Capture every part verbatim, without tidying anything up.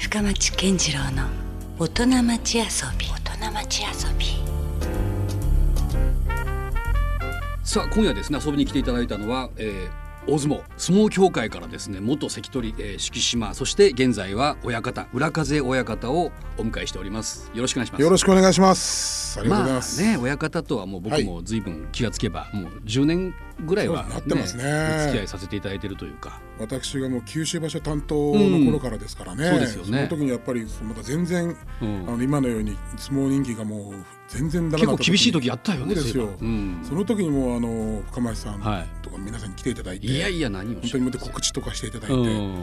深町健次郎の大人町遊び大人町遊び。 さあ今夜ですね、遊びに来ていただいたのは、えー大相撲相撲協会からですね、元関取、えー、敷島、そして現在は親方浦風親方をお迎えしております。よろしくお願いします。 よろしくお願いします。ありがとうございます。 まあね、親方とはもう僕も随分気がつけば、はい、もうじゅうねんぐらいは、ね、 なってますね。 お付き合いさせていただいているというか、 私がもう九州場所担当の頃からですからね、うん、 そうですよね。 その時にやっぱりまた全然、うん、あの今のように相撲人気がもう全然ダメだった。 結構厳しい時あったよね。 そうですよ、 うん、 その時にもうあの深町さんとか皆さんに来ていただいて、 はい、いやいや何を本当に告知とかしていただいて、うん、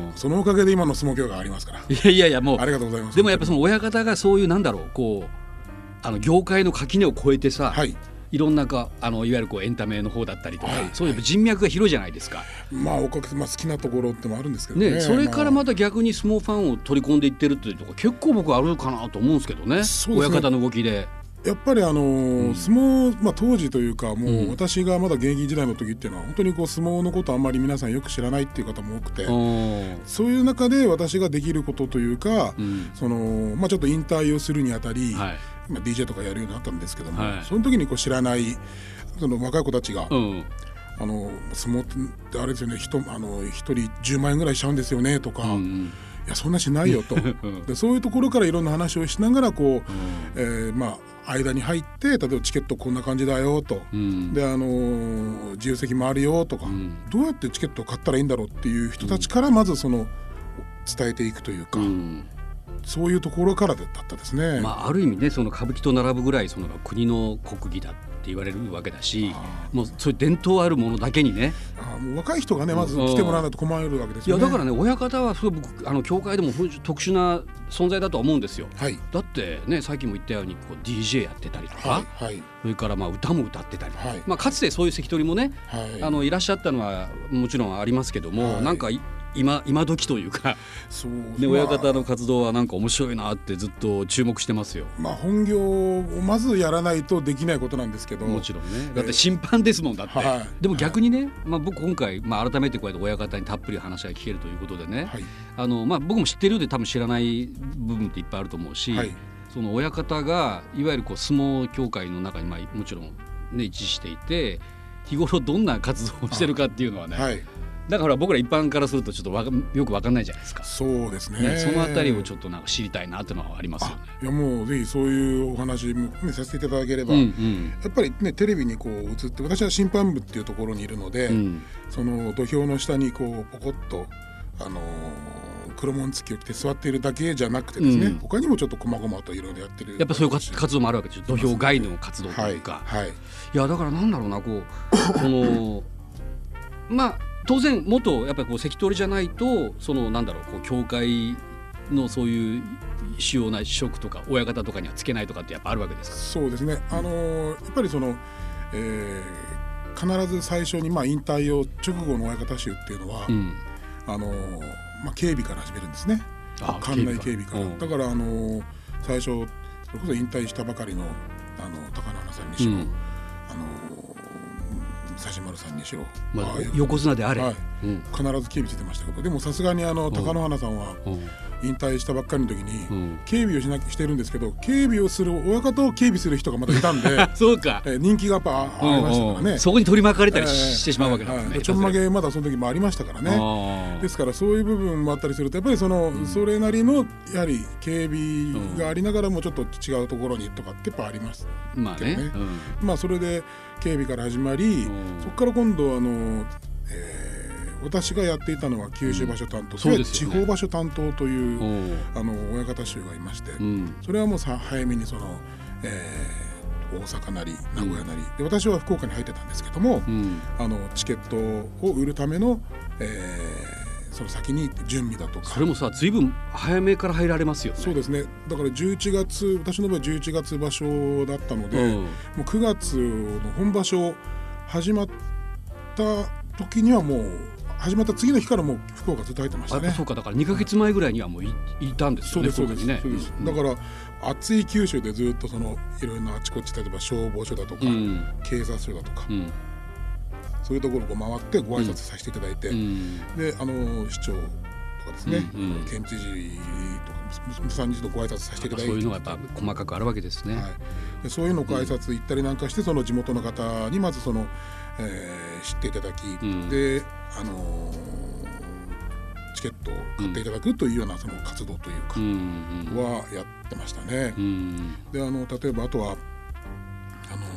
そのおかげで今の相撲協会がありますから。 いやいやいや、もうありがとうございます。 でもやっぱその親方がそういうなんだろう、こうあの業界の垣根を越えてさ、はい、いろんなかあのいわゆるこうエンタメの方だったりとか、はい、そういう人脈が広いじゃないですか。 まあおかげで、まあ、好きなところってもあるんですけど ね, ね。それからまた逆に相撲ファンを取り込んでいってるっていうところ結構僕あるかなと思うんですけど ね, そうですね。 親方の動きでやっぱりあのーうん、相撲、まあ、当時というかもう私がまだ現役時代の時っていうのは本当にこう相撲のことあんまり皆さんよく知らないっていう方も多くて、そういう中で私ができることというか、うん、そのまあ、ちょっと引退をするにあたり、はい、まあ、ディージェー とかやるようになったんですけども、はい、その時にこう知らないその若い子たちが、うん、あの相撲ってあれですよね、ひとあのひとりじゅうまんえんぐらいしちゃうんですよねとか、うん、いやそんなしないよとでそういうところからいろんな話をしながらこう、うん、えー、まあ間に入って、例えばチケットこんな感じだよと、うん、であのー、自由席もあるよとか、うん、どうやってチケットを買ったらいいんだろうっていう人たちからまずその伝えていくというか、うん、そういうところからだったですね。 まあ、ある意味ね、その歌舞伎と並ぶぐらいその国の国技だって言われるわけだし、もうそういう伝統あるものだけにね、 あもう若い人がねまず来てもらわないと困るわけですよね。 いやだからね、親方はすごい僕あの協会でも特殊な存在だとは思うんですよ、はい、だってね、さっきも言ったようにこう ディージェー やってたりとか、はいはい、それからまあ歌も歌ってたり、はい、まあ、かつてそういう関取もね、はい、あのいらっしゃったのはもちろんありますけども、はい、なんか今, 今時というかそう、ね、親方の活動はなんか面白いなってずっと注目してますよ。 まあ、本業をまずやらないとできないことなんですけど、 もちろんね、だって審判ですもんだって、はい、でも逆にね、はい、まあ、僕今回、まあ、改めてこうやって親方にたっぷり話が聞けるということでね、はい、あのまあ、僕も知ってるようで多分知らない部分っていっぱいあると思うし、はい、その親方がいわゆるこう相撲協会の中に、まあ、もちろん、ね、位置していて日頃どんな活動をしてるかっていうのはね、はい、だから僕ら一般からするとちょっとわかよく分かんないじゃないですか。 そうです ね, ね、そのあたりをちょっとなんか知りたいなっていうのはありますよね。 いやもうぜひそういうお話も、ね、させていただければ、うんうん、やっぱりねテレビにこう映って私は審判部っていうところにいるので、うん、その土俵の下にこうポコッと、あのー、黒紋付きを着て座っているだけじゃなくてですね、うん、他にもちょっと細々といろいろやってる、 やっぱそういう活動もあるわけですよ。土俵外の活動というか、はいはい、いやだからなんだろうな、こうそのまあ当然元やっぱりこう関取じゃないとそのなんだろうこう協会のそういう主要な職とか親方とかにはつけないとかってやっぱあるわけですか。 そうですね、あのー、やっぱりその、えー、必ず最初にまあ引退を直後の親方衆っていうのは、うん、あのーまあ、警備から始めるんですね。館内警備から、うん、だから、あのー、最初それこそ引退したばかりの、あの貴乃花さんにしろ、うん、あの佐島丸さんにしろ、 まあ、横綱であれ、はい、 うん、必ず警備ついてましたけど、でもさすがにあの貴乃花さんは引退したばっかりの時に、うん、警備をしなきゃしてるんですけど、警備をする親方を警備する人がまだいたんでそうか、 えー、人気がやっぱありましたからね、うんうん、 そこに取り巻かれたり し,、えー、してしまうわけなんですね、 はいはい、ちょんまげまだその時もありましたからね。ですからそういう部分もあったりするとやっぱり そ, の、うん、それなりのやはり警備がありながらもちょっと違うところにとかってやっぱありますけどね、まあね、うん、まあ、それで警備から始まり、うん、そこから今度あの、えー、私がやっていたのは九州場所担当、うん、それは地方場所担当という、あの親方衆がいまして、うん、それはもうさ早めにその、えー、大阪なり名古屋なり、うん、で私は福岡に入ってたんですけども、うん、あのチケットを売るための、えーその先に準備だとか、 それもさ随分早めから入られますよね。 そうですね、だからじゅういちがつ、私の場合じゅういちがつ場所だったので、うん、もうくがつの本場所始まった時にはもう始まった次の日からもう福岡ずっと入ってましたね。 あ、そうか、だからにかげつまえぐらいにはもう い, いたんですよね。 そうですそうです、そうです、うん、だから暑い九州でずっとそのいろいろなあちこち、例えば消防署だとか、うん、警察署だとか、うん、そういうところを回ってご挨拶させていただいて、うん、であの市長とかですね、うんうん、県知事とかさんにちょっとご挨拶させていただいて、 そういうのがやっぱ細かくあるわけですね、はい、 でそういうのをご挨拶行ったりなんかして、うん、その地元の方にまずその、えー、知っていただき、うん、で、あのー、チケットを買っていただくというようなその活動というか、うん、はやってましたね、うん、であの例えばあとはあの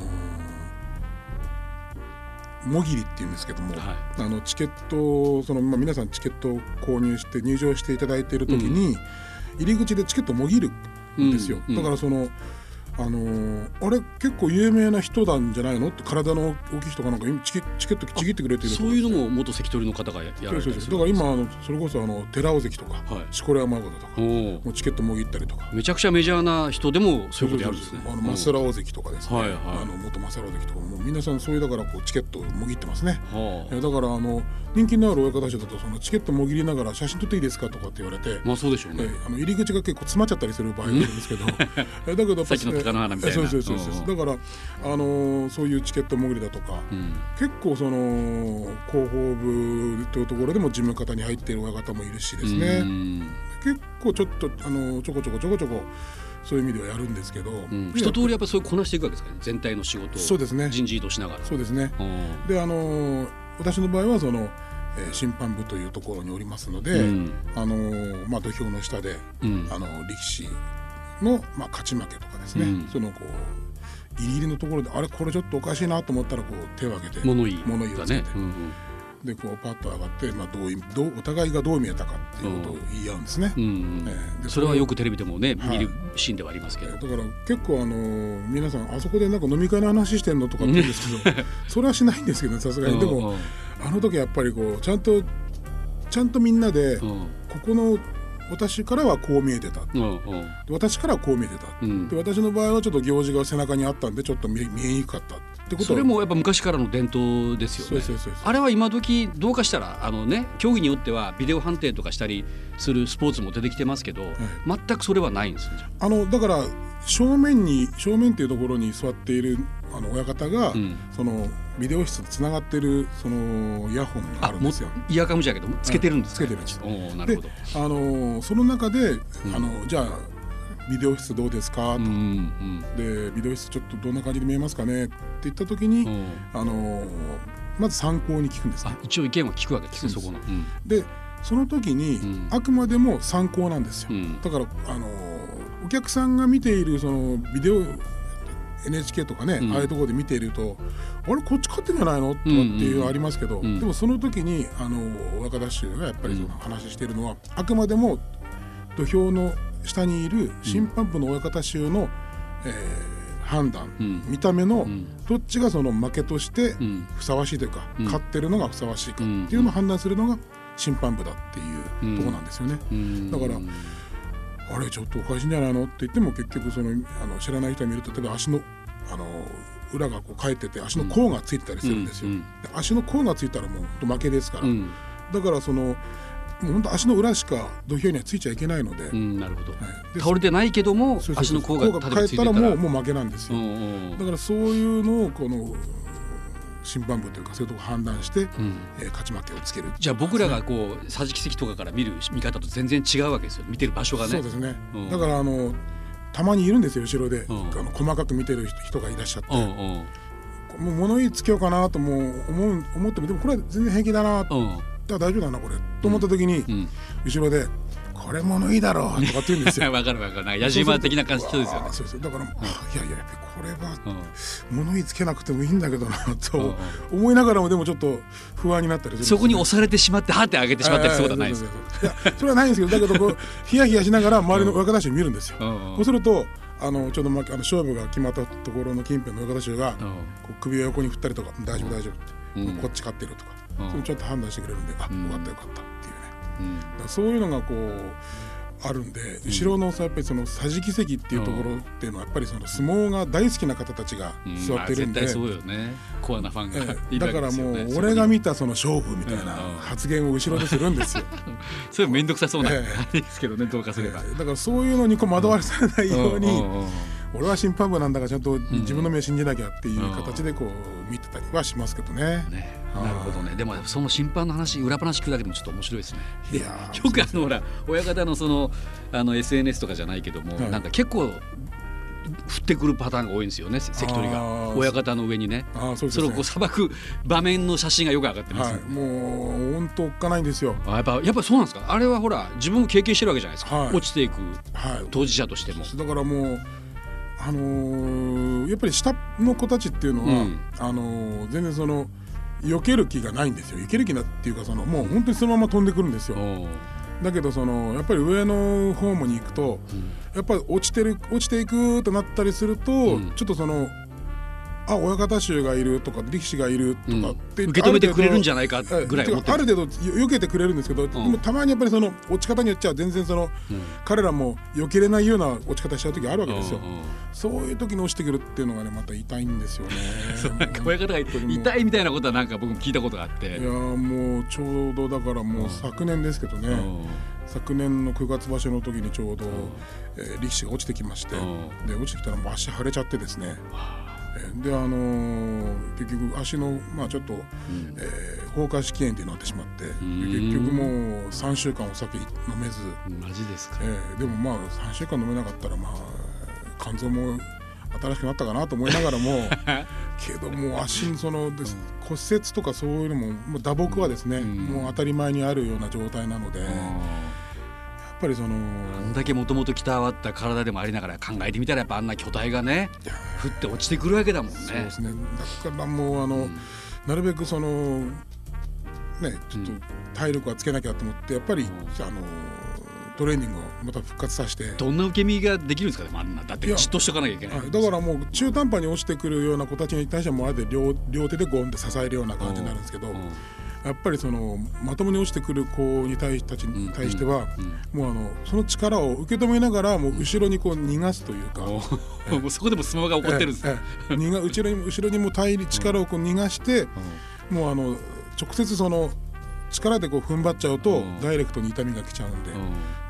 ー、もぎりっていうんですけども、はい、あのチケットその、まあ、皆さんチケットを購入して入場していただいている時に、うん、入り口でチケットをもぎるんですよ、うん、だからそのあのー、あれ結構有名な人なんじゃないのって体の大きい人がなんかチケ、チケットちぎってくれてるとか、 そういうのも元関取の方がやられてる。 そうそうそう、だから今あのそれこそあの寺尾関とか、はい、錣山親方とかもうチケットもぎったりとか、 めちゃくちゃメジャーな人でもそういうことやるんですね。 あの増田大関とかですね、はいはい、あの元増田大関とかも皆さんそういうだからこうチケットをもぎってますね、はあ、だからあの人気のある親方衆だとそのチケットもぎりながら写真撮っていいですかとかって言われて、 まあそうでしょうね、 えあの入り口が結構詰まっちゃったりする場合があるんですけどだけどさっきの高野花みたいな、 そうそうそうそう、だからあのー、そういうチケットもぎりだとか、うん、結構その広報部というところでも事務方に入っている親方もいるしですね、うん、結構ちょっとあのー、ちょこちょこちょこちょこそういう意味ではやるんですけど、うん、 一通りやっぱそういうこなしていくわけですかね、全体の仕事を。そうですね、人事異動しながら。 そうですね、であのー、私の場合はそのえー、審判部というところにおりますので、うん、あのーまあ、土俵の下で、うん、あの力士の、まあ、勝ち負けとかですね、うん、そのこうギリギリのところであれこれちょっとおかしいなと思ったらこう手を挙げて物言い物言いをつけて、 ね、うんうん、 でこうパッと上がって、まあ、どうどうお互いがどう見えたかっていうことを言い合うんですね、うんうんえー、でそれはよくテレビでもね、はい、見るシーンではありますけど、 だから結構、あのー、皆さんあそこでなんか飲み会の話してんのとかって言うんですけどそれはしないんですけどさすがに。でもあの時やっぱりこうちゃんとちゃんとみんなで、うん、ここの私からはこう見えてた、うんうん、私からはこう見えてた、うん、で私の場合はちょっと行事が背中にあったんでちょっと 見, 見えにくかったってことは、 それもやっぱ昔からの伝統ですよね。そうそうそうそう、あれは今時どうかしたらあの、ね、競技によってはビデオ判定とかしたりするスポーツも出てきてますけど、はい、全くそれはないんですね。 あのだから正面に正面っていうところに座っているあの親方が、うん、そのビデオ室とつながっているそのイヤホンがあるんですよ。 イヤカムじゃけどつけてるんですか、 ね、つけてるんです。 おなるほど。 であのその中で、うん、あのじゃあビデオ室どうですかと、うんうん、でビデオ室ちょっとどんな感じで見えますかねって言った時に、うん、あのまず参考に聞くんですね。 あ一応意見は聞くわけですね、そこの、うん、 でその時に、うん、あくまでも参考なんですよ、うん、だからあのお客さんが見ているそのビデオ エヌエイチケー とかね、うん、ああいうところで見ているとあれこっち勝ってんじゃないのとかっていうのありますけど、うんうんうん、でもその時にあの若田衆がやっぱりその話しているのは、うん、あくまでも土俵の下にいる審判部の親方衆の、うんえー、判断、うん、見た目の、うん、どっちがその負けとしてふさわしいというか、うん、勝ってるのがふさわしいかっていうのを判断するのが審判部だっていうところなんですよね、うん、だからあれちょっとおかしいんじゃないのって言っても結局そのあの知らない人が見ると例えば足のあの裏がこう返ってて足の甲がついてたりするんですよ、うんうん、で足の甲がついたらもう負けですから、うん、だからそのもう本当足の裏しか土俵にはついちゃいけないので、 うん、なるほど、はい、倒れてないけどもそうそうそう足の甲が返ったらもう、もう負けなんですよ、うんうん、だからそういうのをこの審判部というかそういうとこ判断して、うんえー、勝ち負けをつける。 じゃあ僕らがこう桟敷席とかから見る見方と全然違うわけですよ、見てる場所がね。 そうですね、うん、だからあのたまにいるんですよ後ろで、うん、あの細かく見てる人がいらっしゃって、うんうん、もう物言いつけようかなとも思う思ってもでもこれは全然平気だな、うん、だから大丈夫だなこれ、と思った時に、うん、後ろでこれ物いいだろうとかって言うんですよ。 わかるわかる、矢島的な感じですよね。 そうそう、だから、うん、いやいやこれは物言いつけなくてもいいんだけどなと思いながらもでもちょっと不安になったりするんです、ね、 そこに押されてしまってはって上げてしまったりすることはないですか。 いやそれはないんですけど、だけどこうヒヤヒヤしながら周りの若田衆を見るんですよ、うん、そうするとあのちょうど、ま、あの勝負が決まったところの近辺の若田衆が、うん、こう首を横に振ったりとか大丈夫大丈夫って、うん、こっち勝ってるとか、うん、それちょっと判断してくれるんで、あ、うん、よかったよかったっていうね、うん、だからそういうのがこうあるんで、後ろのやっぱりその桟敷席っていうところっていうのはやっぱりその相撲が大好きな方たちが座ってるんで、 うんまあ、絶対そうよね、コアなファンがいるわけですよね。 だからもう俺が見たその勝負みたいな発言を後ろでするんですよ。 それ面倒くさそうなんですけどね、どうかすれば、 だからそういうのにこう惑わされないように俺は審判部なんだからちゃんと自分の目信じなきゃっていう形でこう見てたりはしますけどね。 ね、なるほどね。でもその審判の話、裏話聞くだけでもちょっと面白いですね。でよくあのほら親方のそのあの エスエヌエス とかじゃないけども、はい、なんか結構降ってくるパターンが多いんですよね、関取が親方の上にね。あ、 そうですね。それをこう裁く場面の写真がよく上がってます、 はい、もう本当おっかないんですよ。 あ、やっぱやっぱそうなんですか。あれはほら自分も経験してるわけじゃないですか、はい、落ちていく当事者としても、はい、 だからもうあのー、やっぱり下の子たちっていうのは、うん、あのー、全然その避ける気がないんですよ。避ける気なっていうかそのもう本当にそのまま飛んでくるんですよ。だけどそのやっぱり上のホームに行くと、うん、やっぱり落ちてる落ちていくとなったりすると、うん、ちょっとそのあ親方衆がいるとか力士がいるとかって、うん、 受け止めてくれるんじゃないかぐらい思ってる。 ある程度避けてくれるんですけど、うん、でもたまにやっぱりその落ち方によっちゃ全然その、うん、彼らも避けれないような落ち方しちゃう時あるわけですよ、うんうん、そういう時に落ちてくるっていうのがねまた痛いんですよね。 そうなんか親方が痛いみたいなことはなんか僕も聞いたことがあって、 いやもうちょうどだからもう昨年ですけどね、うん、昨年のくがつ場所の時にちょうど、うんえー、力士が落ちてきまして、うん、で落ちてきたらもう足腫れちゃってですね、であのー、結局足の、まあ、ちょっと、うんえー、放火試験ってなってしまって、結局もうさんしゅうかんお酒飲めず。 マジですか。 えー、でもまあさんしゅうかん飲めなかったら、まあ、肝臓も新しくなったかなと思いながらもけどもう足にそのです、骨折とかそういうのも、もう打撲はですね、うん、もう当たり前にあるような状態なので、やっぱりそのあんだけもともと鍛わった体でもありながら考えてみたらやっぱあんな巨体がね降って落ちてくるわけだもんね。 そうですね。だからもうあの、うん、なるべくそのねちょっと体力はつけなきゃと思ってやっぱり、うん、あのトレーニングをまた復活させて。 どんな受け身ができるんですかね、あんなだってじっとしとかなきゃいけない。いだからもう中途半端に落ちてくるような子たちに対してはもうあれで 両, 両手でゴンって支えるような感じになるんですけど、うんうんやっぱりそのまともに落ちてくる子に対したちに対しては、もうあのその力を受け止めながらもう後ろにこう逃がすというか、 うん、もうそこでも相撲が起こってるんです。 えええ逃が後ろに後ろにも対力をこう逃がして、うん、もうあの直接その力でこう踏ん張っちゃうと、うん、ダイレクトに痛みが来ちゃうんで、うん、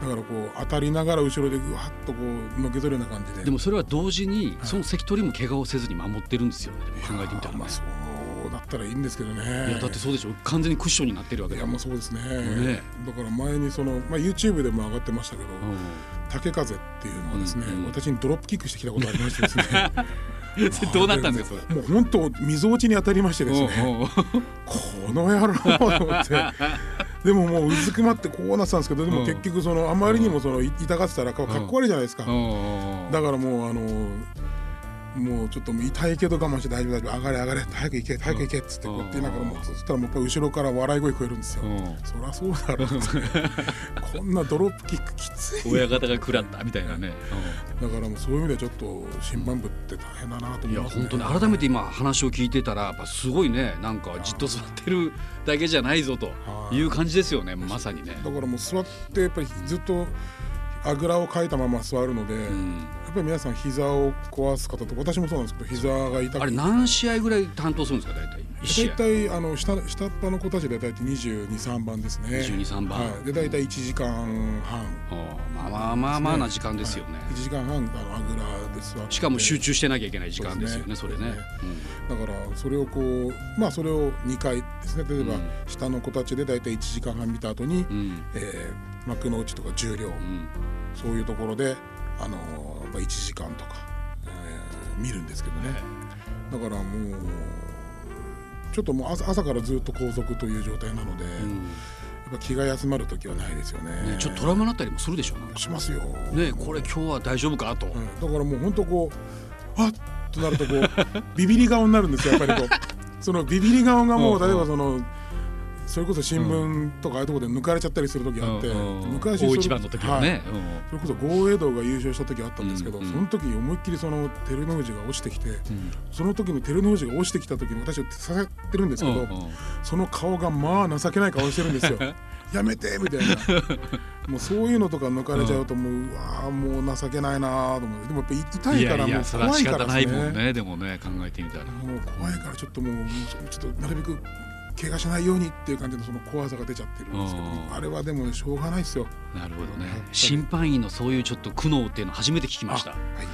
だからこう当たりながら後ろでぐわっとこうのけぞるような感じで。 でもそれは同時に、はい、その関取も怪我をせずに守ってるんですよね。考えてみたらね。 まあそうだったらいいんですけどね。 いやだってそうでしょ、完全にクッションになってるわけだ。 いやもうそうですね、ね。だから前にその、まあ、YouTube でも上がってましたけど、うん、竹風っていうのはですね、うんうん、私にドロップキックしてきたことがありましてですねどうなったんですかそれ。 もう本当溝落ちに当たりましてですねこの野郎と思ってでももううずくまってこうなってたんですけど、でも結局そのあまりにもその痛がってたらかっこ悪いじゃないですか。だからもうあのもうちょっと痛いけど我慢して大丈夫大丈夫上がれ上がれ早く行け早く行けっつってこうやってなんかもうそしたらもう後ろから笑い声聞こえるんですよ。そりゃそうだろうこんなドロップキックきつい親方が食らったみたいなねだからもうそういう意味ではちょっと審判部って大変だなと思いますね。 いや本当に改めて今話を聞いてたらやっぱすごいね、なんかじっと座ってるだけじゃないぞという感じですよね。まさにね。 だからもう座ってやっぱりずっとあぐらをかいたまま座るので、うん、やっぱり皆さん膝を壊す方とか、私もそうなんですけど膝が痛くて。 あれ何試合ぐらい担当するんですか大体。 大体あの 下, 下っ端の子たちで大体にじゅうに、さんばんですね。 にじゅうに、さんばん、 はい、で大体いちじかんはん、 まあまあまあまあな時間ですよね、はい、 いちじかんはんあのあぐらで座って、 しかも集中してなきゃいけない時間ですよね。それね、 うん、だからそれをこうまあそれをにかいですね。例えば、うん、下の子たちで大体いちじかんはん見た後に、うんえー、幕の内とか重量、うん、そういうところであのまあいちじかんとか、えー、見るんですけどね。だからもうちょっともう 朝, 朝からずっと拘束という状態なので、うん、やっぱ気が休まる時はないですよ ね, ね。ちょっとトラウマになったりもするでしょう。 しますよ。 ね、これ今日は大丈夫かと、うん、 だからもう本当こうあっとなるとこうビビり顔になるんですよ。やっぱりこうそのビビり顔がもう例えばそのそれこそ新聞とかああいうところで抜かれちゃったりする時があって、うん、 昔大一番の時はね、はい、 それこそ豪栄道が優勝した時あったんですけど、うん、その時に思いっきりその照ノ富士が落ちてきて、うん、その時に照ノ富士が落ちてきた時に私は支えてるんですけど、うん、その顔がまあ情けない顔してるんですよやめてみたいなもうそういうのとか抜かれちゃうともう、うん、うわもう情けないなと思って。でもやっぱり痛いからもう怖いからですね。いやいやそれは仕方ないもんね。 でもね考えてみたらもう怖いからちょっともうちょっとなるべく怪我しないようにっていう感じのその怖さが出ちゃってるんですけど、あれはでも、ね、しょうがないですよ。 なるほどね。審判員のそういうちょっと苦悩っていうの初めて聞きました。はい、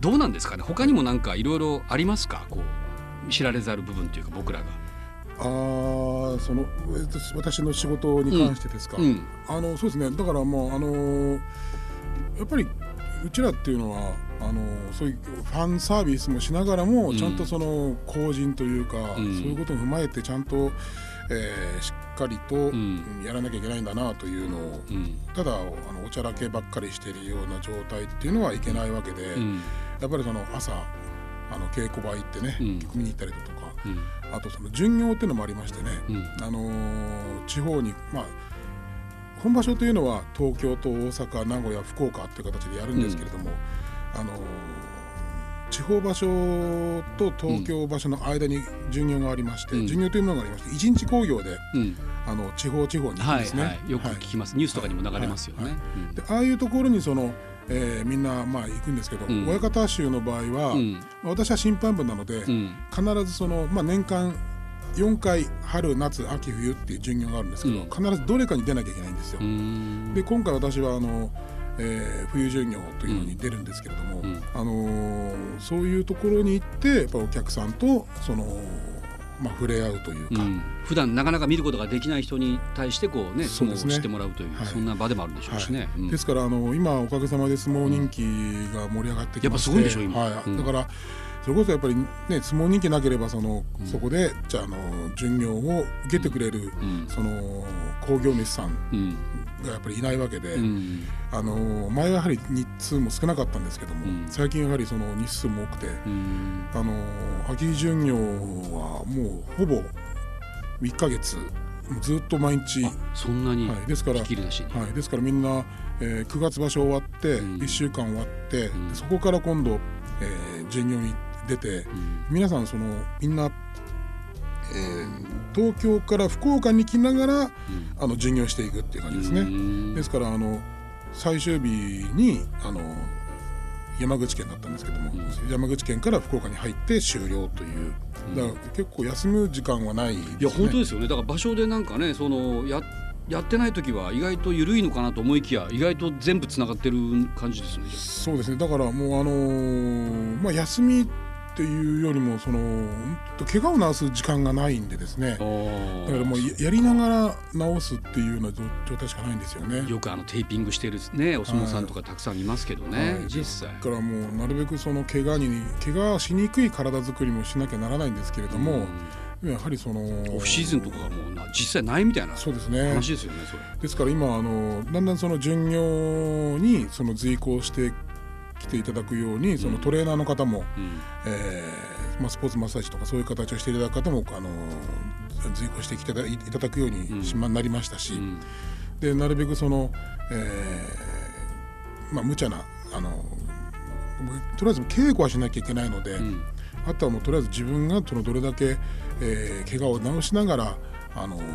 どうなんですかね。他にもなんかいろいろありますか、こう知られざる部分というか僕らが。 あその私の仕事に関してですか、うんうん、あのそうですね。だからもうあのやっぱりうちらっていうのはあのそういうファンサービスもしながらも、うん、ちゃんとその公人というか、うん、そういうことを踏まえてちゃんと、えー、しっかりとやらなきゃいけないんだなというのを、うん、ただあのおちゃらけばっかりしているような状態っていうのはいけないわけで、うん、やっぱりその朝あの稽古場行ってね、うん、曲見に行ったりだとか、うん、あとその巡業っていうのもありましてね、うん、あのー、地方にまあ本場所というのは東京と大阪、名古屋、福岡という形でやるんですけれども、うん、あのー、地方場所と東京場所の間に巡業がありまして、うん、巡業というものがありまして一日興行で、うん、あの地方地方に行くんですね、 はいはい、よく聞きます、はい、ニュースとかにも流れますよね、はいはいはい、 でああいうところにそのえー、みんなまあ行くんですけど、うん、親方衆の場合は、うん、私は審判部なので、うん、必ずその、まあ、年間よんかい春夏秋冬っていう巡業があるんですけど、うん、必ずどれかに出なきゃいけないんですよ。で今回私はあの、えー、冬巡業というのに出るんですけれども、うんあのー、そういうところに行ってやっぱお客さんとそのまあ、触れ合うというか、うん、普段なかなか見ることができない人に対してこう、ね、相撲を知ってもらうという、はい、そんな場でもあるんでしょうしね、はいうん、 ですからあの今おかげさまで相撲人気が盛り上がってきまして、 やっぱすごいでしょ今、 はいうん、だからそれこそやっぱり、ね、相撲人気なければその、うん、そこでじゃあ、あの巡業を受けてくれる、うん、その興行主さんがやっぱりいないわけで、うん、あの前はやはり日数も少なかったんですけども、うん、最近やはりその日数も多くて、うん、あの秋巡業はもうほぼいっかげつずっと毎日そんなに、 はい、ですから、はい、ですからみんな、えー、くがつ場所終わって、うん、いっしゅうかん終わって、うん、そこから今度、えー、巡業に出て、うん、皆さんそのみんな、えー、東京から福岡に来ながら、うん、あの巡業していくっていう感じですね、うん、ですからあの最終日にあの山口県だったんですけども、うん、山口県から福岡に入って終了というだから結構休む時間はないですね。 いや本当ですよね。だから場所でなんかねその や, やってない時は意外と緩いのかなと思いきや意外と全部つながってる感じですね。 そうですね。だからもうあのーまあ、休みっていうよりもその怪我を治す時間がないんでですね、だからもう や, やりながら治すっていうような状態しかないんですよね。 よくあのテーピングしてる、ね、お相撲さんとかたくさんいますけどね、はい、実際だからもうなるべくその怪我に怪我しにくい体作りもしなきゃならないんですけれども、うん、やはりそのオフシーズンとかがもうな実際ないみたいな話ですよね。それですから今あのだんだんその巡業にその随行して来ていただくようにそのトレーナーの方も、うんえーまあ、スポーツマッサージとかそういう形をしていただく方もあの随行してきていただくようになりましたし、うん、でなるべくその、えーまあ、無茶なあのとりあえず稽古はしなきゃいけないので、うん、あとはもうとりあえず自分がそのどれだけ、えー、怪我を治しながらあの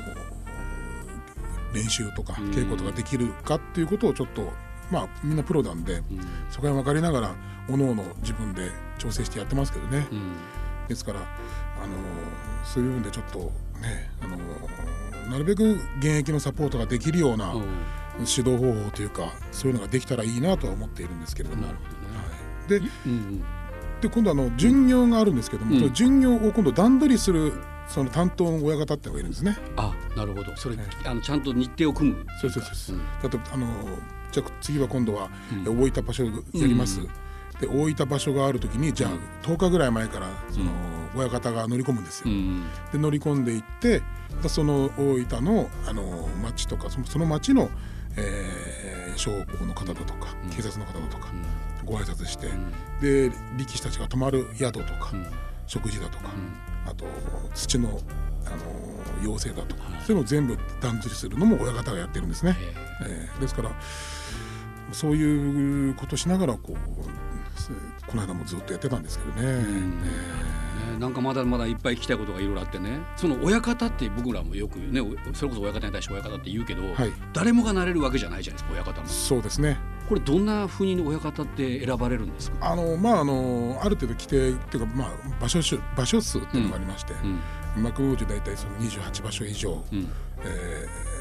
練習とか稽古とかできるかっていうことをちょっとまあ、みんなプロなんで、うん、そこは分かりながらおのおの自分で調整してやってますけどね、うん、ですから、あのー、そういう部分でちょっとね、あのー、なるべく現役のサポートができるような指導方法というかそういうのができたらいいなとは思っているんですけれども、なるほどね。はい、で、うんうん、で今度あの巡業があるんですけども、うん、その巡業を今度段取りするその担当の親方ってのがいるんですね。 あ、なるほど。それ、はい、あのちゃんと日程を組む。 そうそうそう。うん、だってあのじゃあ次は今度は大分場所やります、うん、で大分場所がある時にじゃあとおかぐらい前からその親方が乗り込むんですよ、うん、で乗り込んでいってその大分のあの町とかその、その町の、えー、消防の方だとか、うん、警察の方だとか、うん、ご挨拶して、うん、で力士たちが泊まる宿とか、うん、食事だとか、うん、あと土のあの養成だとか、はい、そういうのを全部段取りするのも親方がやってるんですね、えー、ですからそういうことしながらこうこの間もずっとやってたんですけどね、うんねなんかまだまだいっぱい聞きたいことがいろいろあってね、その親方って僕らもよくねそれこそ親方に対して親方って言うけど、はい、誰もがなれるわけじゃないじゃないですか親方も。そうですね。これどんな風に親方って選ばれるんですか。 あの、まあ、あのある程度規定っていうか、まあ、場所数場所数っていうのがありまして、うんうん、幕内大体そのにじゅうはちばしょ以上、うんえ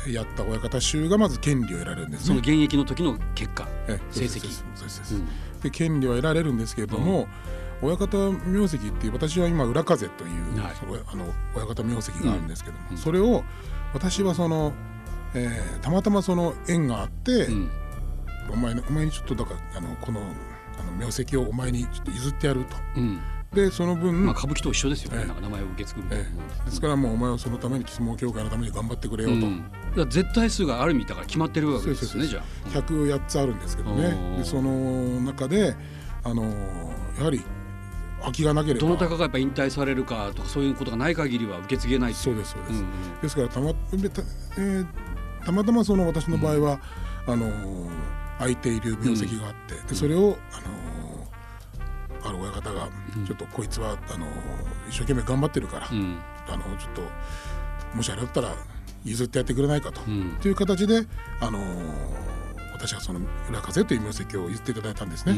やった親方衆がまず権利を得られるんですね。 その現役の時の結果成績で権利は得られるんですけれども、うん、親方名跡っていう私は今裏風という、はい、そのあの親方名跡があるんですけども、うん、それを私はその、えー、たまたまその縁があって、うん、お前お前にちょっとだからあのこのあの名跡をお前にちょっと譲ってやると、うん、でその分、 まあ、歌舞伎と一緒ですよね、えー、なんか名前を受け継ぐみたいな、 えー、ですからもうお前はそのために相撲協会のために頑張ってくれよと、うん、 だから絶対数がある意味だから決まってるわけですよね。じゃあひゃくはちつあるんですけどね。でその中であのやはり空きがなければどなたかがやっぱ引退されるかとかそういうことがない限りは受け継げないそうですそうです、うんうん、ですからたま、た、えー、たまたまその私の場合は、うん、あの空いている名跡があって、うん、でそれをあのある親方が、うん、ちょっとこいつはあの一生懸命頑張ってるから、うん、あのちょっともしあれだったら譲ってやってくれないかと、うん、という形であの私はその裏風という名跡を譲っていただいたんですね、うん、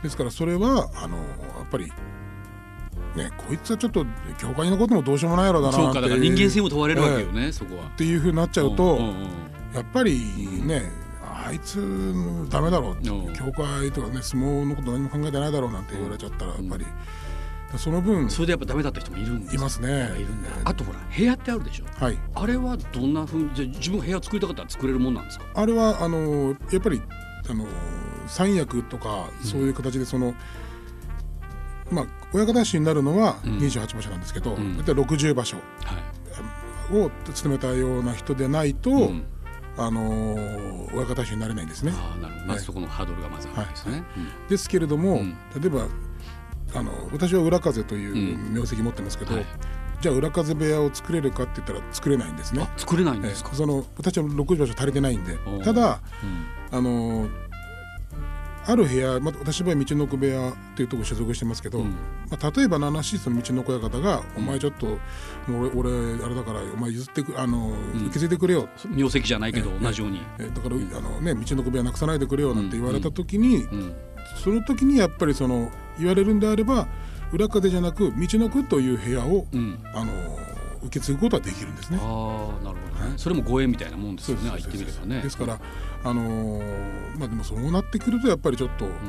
ですからそれはあのやっぱりね、こいつはちょっと教会のこともどうしようもないやろだなっていう、 そうかだから人間性も問われるわけよね、えー、そこはっていうふうになっちゃうと、うんうんうん、やっぱりねあいつダメだろうって、うん、教会とかね相撲のこと何も考えてないだろうなんて言われちゃったらやっぱり、うん、その分それでやっぱダメだった人もいるんですいますね。 いるんだ。あとほら部屋ってあるでしょ、はい、あれはどんなふうにじゃ自分部屋作りたかったら作れるもんなんですか。 あれはあのやっぱりあの三役とかそういう形でその、うん、まあ親方衆になるのはにじゅうはちばしょなんですけど、うん、だいたいろくじゅうばしょを務めたような人でないと、うん、あのー、親方衆になれないんですね。 あなるほど、まずそこのハードルがまずあるんですね、はいうん、ですけれども、うん、例えばあの私は裏風という名跡持ってますけど、うんはい、じゃあ裏風部屋を作れるかって言ったら作れないんですね。 あ作れないんですか。 その私はろくじゅうばしょ足りてないんで、ただ、うん、あのーある部屋、まあ、私の場合道の奥部屋というところに所属してますけど、うんまあ、例えばの話その道の奥親方が、うん、お前ちょっともう 俺, 俺あれだからお前譲ってくあの、うん、受け継いでくれよ名跡じゃないけど同じようにえだから、うん、あのね、道の奥部屋なくさないでくれよなんて言われた時に、うんうん、その時にやっぱりその言われるんであれば裏風じゃなく道の奥という部屋を、うん、あの受け継ぐことはできるんですね。 あなるほどね、はい、それもご縁みたいなもんですよね。言ってみればね。 ですから、あのーまあ、でもそうなってくるとやっぱりちょっと、うん、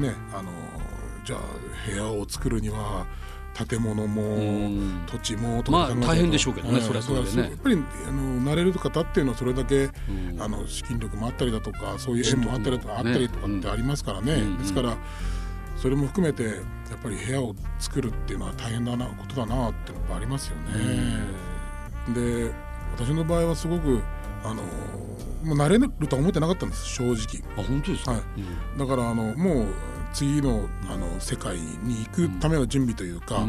ねあのー、じゃあ部屋を作るには建物も、うん、土地もとかまあ大変でしょうけどね、えー、それはそれでね。 やっぱりあの慣れる方っていうのはそれだけ、うん、あの資金力もあったりだとかそういう縁もあったりとか、ね、あったりとかってありますからね、うん、ですからそれも含めてやっぱり部屋を作るっていうのは大変なことだなっていうのがありますよね、うん、で私の場合はすごくあのもう慣れるとは思ってなかったんです正直。 あ本当ですか、 はいうん、だからあのもう次 の, あの世界に行くための準備というか、うん、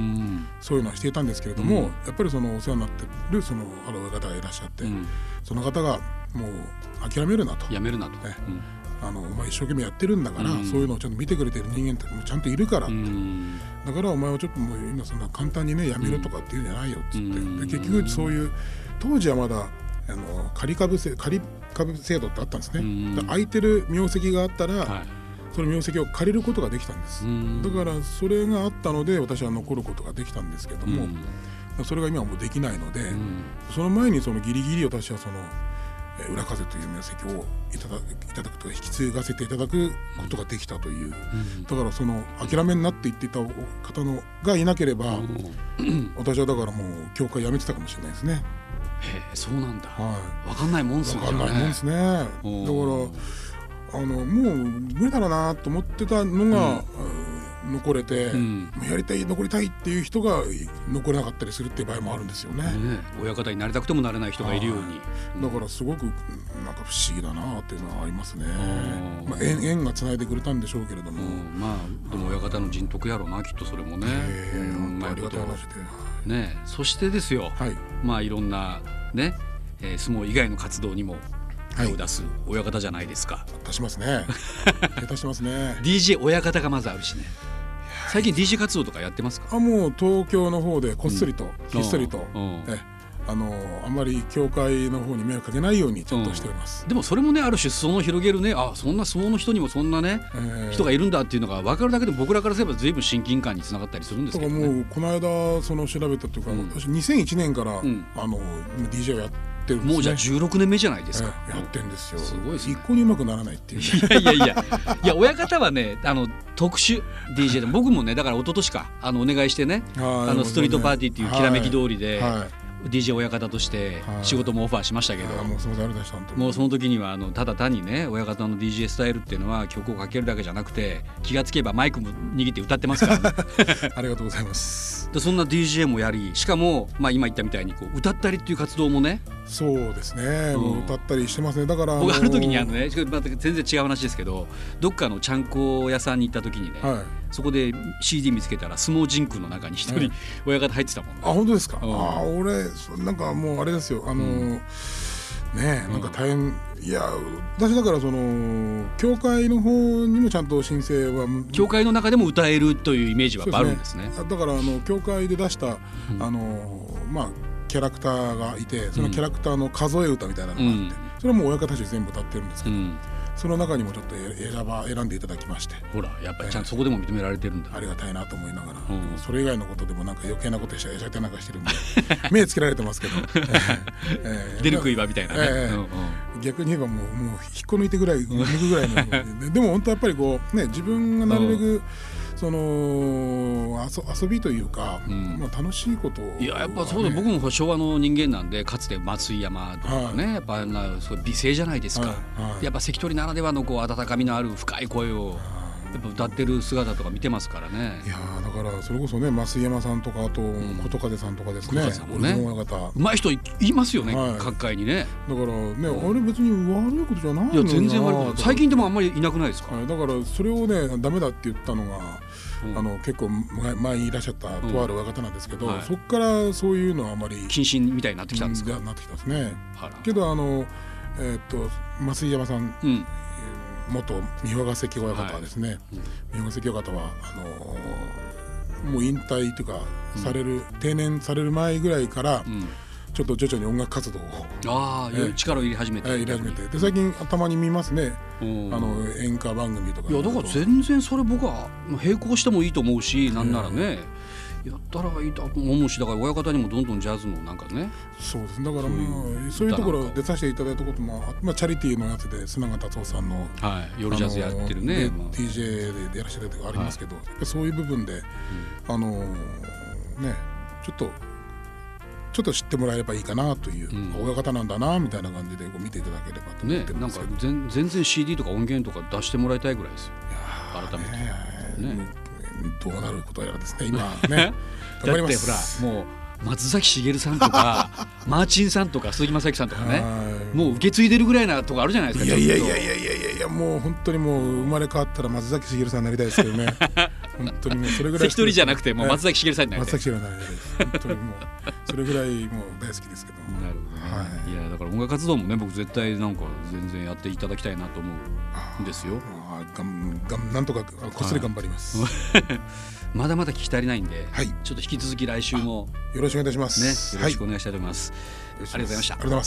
そういうのはしていたんですけれども、うん、やっぱりそのお世話になっているそのある親方がいらっしゃって、うん、その方がもう諦めるなとやめるなと、 ねうんあのお前一生懸命やってるんだから、うん、そういうのをちゃんと見てくれてる人間ってもちゃんといるからって、うん、だからお前はちょっともう今そんな簡単にねやめるとかっていうんじゃないよっつって、うん、で結局そういう当時はまだあの仮株制仮株制度ってあったんですね、うん、だ空いてる名跡があったら、はい、その名跡を借りることができたんです、うん、だからそれがあったので私は残ることができたんですけども、うん、それが今はもうできないので、うん、その前にそのギリギリ私はその裏風という名跡をいただ、いただくとか引き継がせていただくことができたという、うん、だからその諦めになって言っていた方のがいなければ、うん、私はだからもう教会辞めてたかもしれないですね。 へえそうなんだ、 はい、 分かんないもんですね。 分かんないもんですね。だからあのもう無理だろうなと思ってたのが、うん、残れて、うん、やりたい残りたいっていう人が残れなかったりするっていう場合もあるんですよね。 ね親方になりたくてもなれない人がいるように、 うん、だからすごくなんか不思議だなっていうのはありますね。まあ、縁, 縁がつないでくれたんでしょうけれども、 うん、まあでも親方の人徳やろうなきっとそれもね。 えー、本当ありがたい話で、 ね、そしてですよ、はい、まあいろんなね、えー、相撲以外の活動にも手を出す親方じゃないですか。 出しますね。出しますね。 ディージェー 親方がまずあるしね。最近 ディージェー 活動とかやってますか。 あもう東京の方でこっそりと、うん、ひっそりと、うんえあのあんまり教会の方に迷惑かけないようにちょっとしております、 うん、でもそれもねある種裾野を広げるね。あそんな相撲の人にもそんなね、えー、人がいるんだっていうのが分かるだけで僕らからすれば随分親近感につながったりするんですけど、ね、だからもうこの間その調べたというか、うん、私にせんいちねんから、うん、あの ディージェー をやってってるんですね。 もうじゃあじゅうろくねんめじゃないですか、 えー、やってるんですよ。 すごいですね。 一向にうまくならないっていう、ね、 いやいやいやいや親方はねあの特殊 ディージェー で僕もねだから一昨年かあのお願いしてねあのストリートパーティーっていうきらめき通りで、はいはい、ディージェー 親方として仕事もオファーしましたけど、 はい、もうすみませんありがとうございました。 もうその時にはあのただ単にね親方の ディージェー スタイルっていうのは曲をかけるだけじゃなくて気がつけばマイクも握って歌ってますからねありがとうございます。 でそんな ディージェー もやりしかも、まあ、今言ったみたいにこう歌ったりっていう活動もね。 そうですね、うん、もう歌ったりしてますね。だから僕ある時にあのねまた全然違う話ですけどどっかのちゃんこ屋さんに行った時にね、はい、そこで シーディー 見つけたら相撲ジンクの中に一人親方入ってたもんね、 はい、あ本当ですか、うん、あ俺なんかもうあれですよあの、うん、ねえなんか大変、うん、いや私だからその教会の方にもちゃんと申請は教会の中でも歌えるというイメージはあるんですね。 だからあの教会で出した、うん、あのまあキャラクターがいてそのキャラクターの数え歌みたいなのがあって、うん、それはもう親方たち全部歌ってるんですけど、うん、その中にもちょっと選ば選んでいただきまして、 ほらやっぱりちゃんとそこでも認められてるんだ、 えー、ありがたいなと思いながら、うん、それ以外のことでもなんか余計なことしちゃやってなんかしてるんで目つけられてますけど、 えー、出る杭はみたいなね、えーうんうん、 逆に言えばもう、もう引っこ抜いてぐらい抜くぐらいのでも本当やっぱりこうね自分がなるべく、うんその 遊, 遊びというか、うんまあ、楽しいことを、ね、 いややっぱそうだ僕も昭和の人間なんでかつて松井山とかね、はい、やっぱなそう美声じゃないですか、はいはい、やっぱ関取ならではのこう温かみのある深い声をやっぱ歌ってる姿とか見てますからね。 いやだからそれこそね増井山さんとかあと琴風さんとかですね、 うん、ねうまい人いますよね、はい、各界にね。 だからね、うん、あれ別に悪いことじゃないのいや全然悪いこと最近でもあんまりいなくないですか、 はい、だからそれをねダメだって言ったのがうん、あの結構前にいらっしゃったとある親方なんですけど、うんはい、そこからそういうのはあまり謹慎みたいになってきたんですか、 うん、なってきたですね。けどあの、えー、っと増井山さん、うん、元三保ヶ関親方はですね、はいうん、三保ヶ関親方はあのもう引退というか、うん、される定年される前ぐらいから、うんちょっと徐々に音楽活動をあ、えー、力を入れ始めて、 えー、入れ始めてで最近たまに見ますね、うん、あの演歌番組とか。 いやだから全然それ僕は並行してもいいと思うし、なんならねやったらいいと思うし、だから親方にもどんどんジャズのなんかねそうですだからまあそういうところ出させていただいたことも、まあ、チャリティーのやつで砂川達夫さんの、 はい、夜ジャズやってるね、 まあ、ディージェー でやらせていただいたことがありますけど、はい、そういう部分で、うん、あのねちょっとちょっと知ってもらえればいいかなという、うん、親方なんだなみたいな感じでこう見ていただければと思ってますけど、ね、 なんか全然 シーディー とか音源とか出してもらいたいぐらいですよ。いや改めて、ね、 どうなることやらですね今ねだってほらもう松崎しげるさんとかマーチンさんとか鈴木雅之さんとかねもう受け継いでるぐらいなとこあるじゃないですか。 いやいやいやいやいやいやいやもう本当にもう生まれ変わったら松崎しげるさんになりたいですけどね本当にもうそれぐらい一人じゃなくてもう松崎しげるさんになりたい。 松崎しげるさんになりたいです本当にもうそれぐらいもう大好きですけどなるほど、ねはい、いやだから音楽活動もね僕絶対なんか全然やっていただきたいなと思うんですよ。 あがんがんなんとかこっそり頑張ります、はいまだまだ聞き足りないんで、はい、ちょっと引き続き来週もよろしくお願いします、 ね、よろしくお願いしたいと思います、はい、ありがとうございました。 ありがとうございます。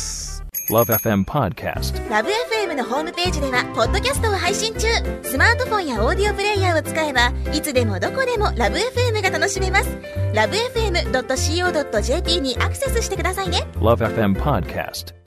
ラブ エフエム Podcast ラブ エフエム のホームページではポッドキャストを配信中。スマートフォンやオーディオプレイヤーを使えばいつでもどこでもラブ エフエム が楽しめます。 ラブエフエムドットシーオードットジェーピー にアクセスしてくださいね。 ラブ エフエム Podcast